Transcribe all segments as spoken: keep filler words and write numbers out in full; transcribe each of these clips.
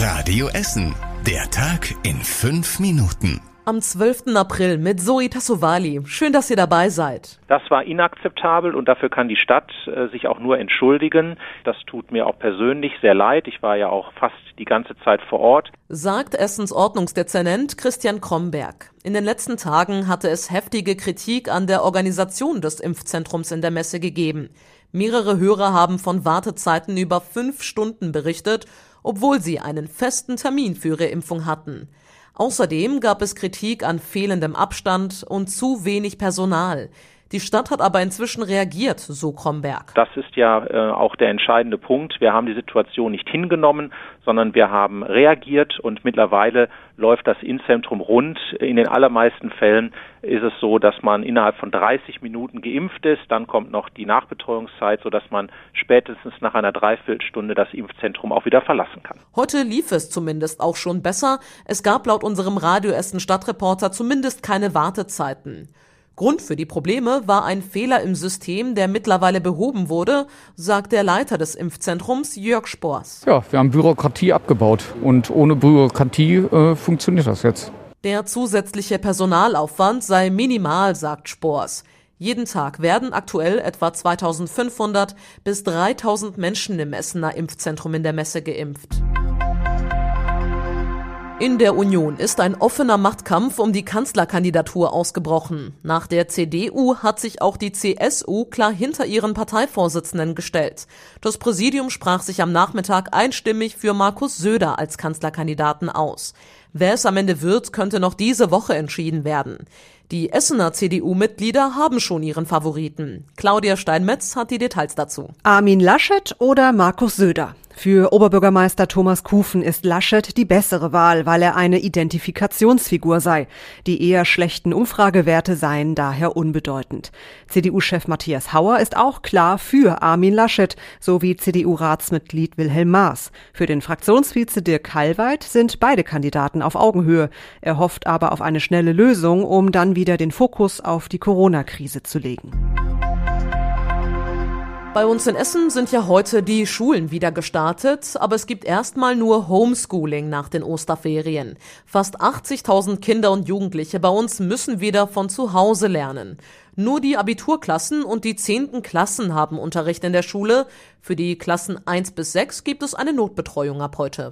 Radio Essen. Der Tag in fünf Minuten. Am zwölften April mit Zoe Tassovali. Schön, dass ihr dabei seid. Das war inakzeptabel und dafür kann die Stadt äh, sich auch nur entschuldigen. Das tut mir auch persönlich sehr leid. Ich war ja auch fast die ganze Zeit vor Ort. Sagt Essens Ordnungsdezernent Christian Kromberg. In den letzten Tagen hatte es heftige Kritik an der Organisation des Impfzentrums in der Messe gegeben. Mehrere Hörer haben von Wartezeiten über fünf Stunden berichtet, obwohl sie einen festen Termin für ihre Impfung hatten. Außerdem gab es Kritik an fehlendem Abstand und zu wenig Personal. Die Stadt hat aber inzwischen reagiert, so Kromberg. Das ist ja äh, auch der entscheidende Punkt. Wir haben die Situation nicht hingenommen, sondern wir haben reagiert und mittlerweile läuft das Impfzentrum rund. In den allermeisten Fällen ist es so, dass man innerhalb von dreißig Minuten geimpft ist. Dann kommt noch die Nachbetreuungszeit, sodass man spätestens nach einer Dreiviertelstunde das Impfzentrum auch wieder verlassen kann. Heute lief es zumindest auch schon besser. Es gab laut unserem Radio Essen Stadtreporter zumindest keine Wartezeiten. Grund für die Probleme war ein Fehler im System, der mittlerweile behoben wurde, sagt der Leiter des Impfzentrums Jörg Spors. Ja, wir haben Bürokratie abgebaut und ohne Bürokratie äh, funktioniert das jetzt. Der zusätzliche Personalaufwand sei minimal, sagt Spors. Jeden Tag werden aktuell etwa zweitausendfünfhundert bis dreitausend Menschen im Essener Impfzentrum in der Messe geimpft. In der Union ist ein offener Machtkampf um die Kanzlerkandidatur ausgebrochen. Nach der C D U hat sich auch die C S U klar hinter ihren Parteivorsitzenden gestellt. Das Präsidium sprach sich am Nachmittag einstimmig für Markus Söder als Kanzlerkandidaten aus. Wer es am Ende wird, könnte noch diese Woche entschieden werden. Die Essener C D U-Mitglieder haben schon ihren Favoriten. Claudia Steinmetz hat die Details dazu. Armin Laschet oder Markus Söder? Für Oberbürgermeister Thomas Kufen ist Laschet die bessere Wahl, weil er eine Identifikationsfigur sei. Die eher schlechten Umfragewerte seien daher unbedeutend. C D U-Chef Matthias Hauer ist auch klar für Armin Laschet, sowie C D U-Ratsmitglied Wilhelm Maaß. Für den Fraktionsvize Dirk Hallweit sind beide Kandidaten auf Augenhöhe. Er hofft aber auf eine schnelle Lösung, um dann wieder den Fokus auf die Corona-Krise zu legen. Bei uns in Essen sind ja heute die Schulen wieder gestartet, aber es gibt erstmal nur Homeschooling nach den Osterferien. Fast achtzigtausend Kinder und Jugendliche bei uns müssen wieder von zu Hause lernen. Nur die Abiturklassen und die zehnten Klassen haben Unterricht in der Schule. Für die Klassen eins bis sechs gibt es eine Notbetreuung ab heute.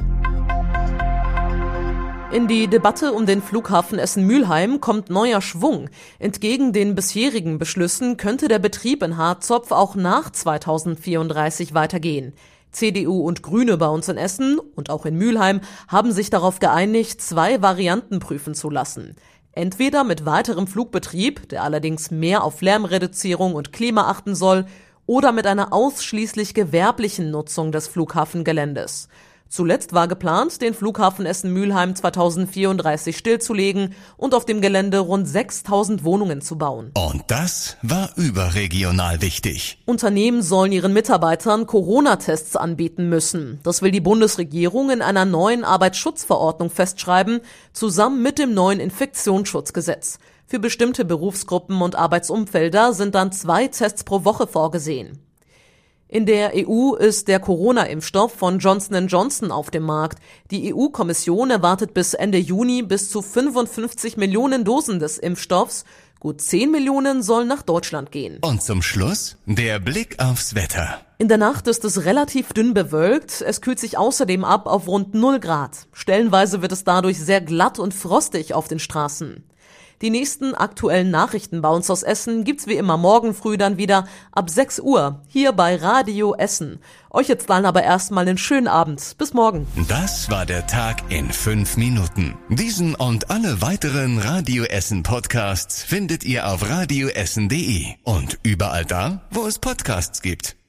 In die Debatte um den Flughafen Essen-Mülheim kommt neuer Schwung. Entgegen den bisherigen Beschlüssen könnte der Betrieb in Harzopf auch nach zweitausendvierunddreißig weitergehen. C D U und Grüne bei uns in Essen und auch in Mülheim haben sich darauf geeinigt, zwei Varianten prüfen zu lassen. Entweder mit weiterem Flugbetrieb, der allerdings mehr auf Lärmreduzierung und Klima achten soll, oder mit einer ausschließlich gewerblichen Nutzung des Flughafengeländes. Zuletzt war geplant, den Flughafen Essen-Mülheim zweitausendvierunddreißig stillzulegen und auf dem Gelände rund sechstausend Wohnungen zu bauen. Und das war überregional wichtig. Unternehmen sollen ihren Mitarbeitern Corona-Tests anbieten müssen. Das will die Bundesregierung in einer neuen Arbeitsschutzverordnung festschreiben, zusammen mit dem neuen Infektionsschutzgesetz. Für bestimmte Berufsgruppen und Arbeitsumfelder sind dann zwei Tests pro Woche vorgesehen. In der E U ist der Corona-Impfstoff von Johnson and Johnson auf dem Markt. Die E U-Kommission erwartet bis Ende Juni bis zu fünfundfünfzig Millionen Dosen des Impfstoffs. Gut zehn Millionen sollen nach Deutschland gehen. Und zum Schluss der Blick aufs Wetter. In der Nacht ist es relativ dünn bewölkt. Es kühlt sich außerdem ab auf rund null Grad. Stellenweise wird es dadurch sehr glatt und frostig auf den Straßen. Die nächsten aktuellen Nachrichten bei uns aus Essen gibt's wie immer morgen früh dann wieder ab sechs Uhr hier bei Radio Essen. Euch jetzt dann aber erstmal einen schönen Abend. Bis morgen. Das war der Tag in fünf Minuten. Diesen und alle weiteren Radio Essen Podcasts findet ihr auf radioessen punkt de und überall da, wo es Podcasts gibt.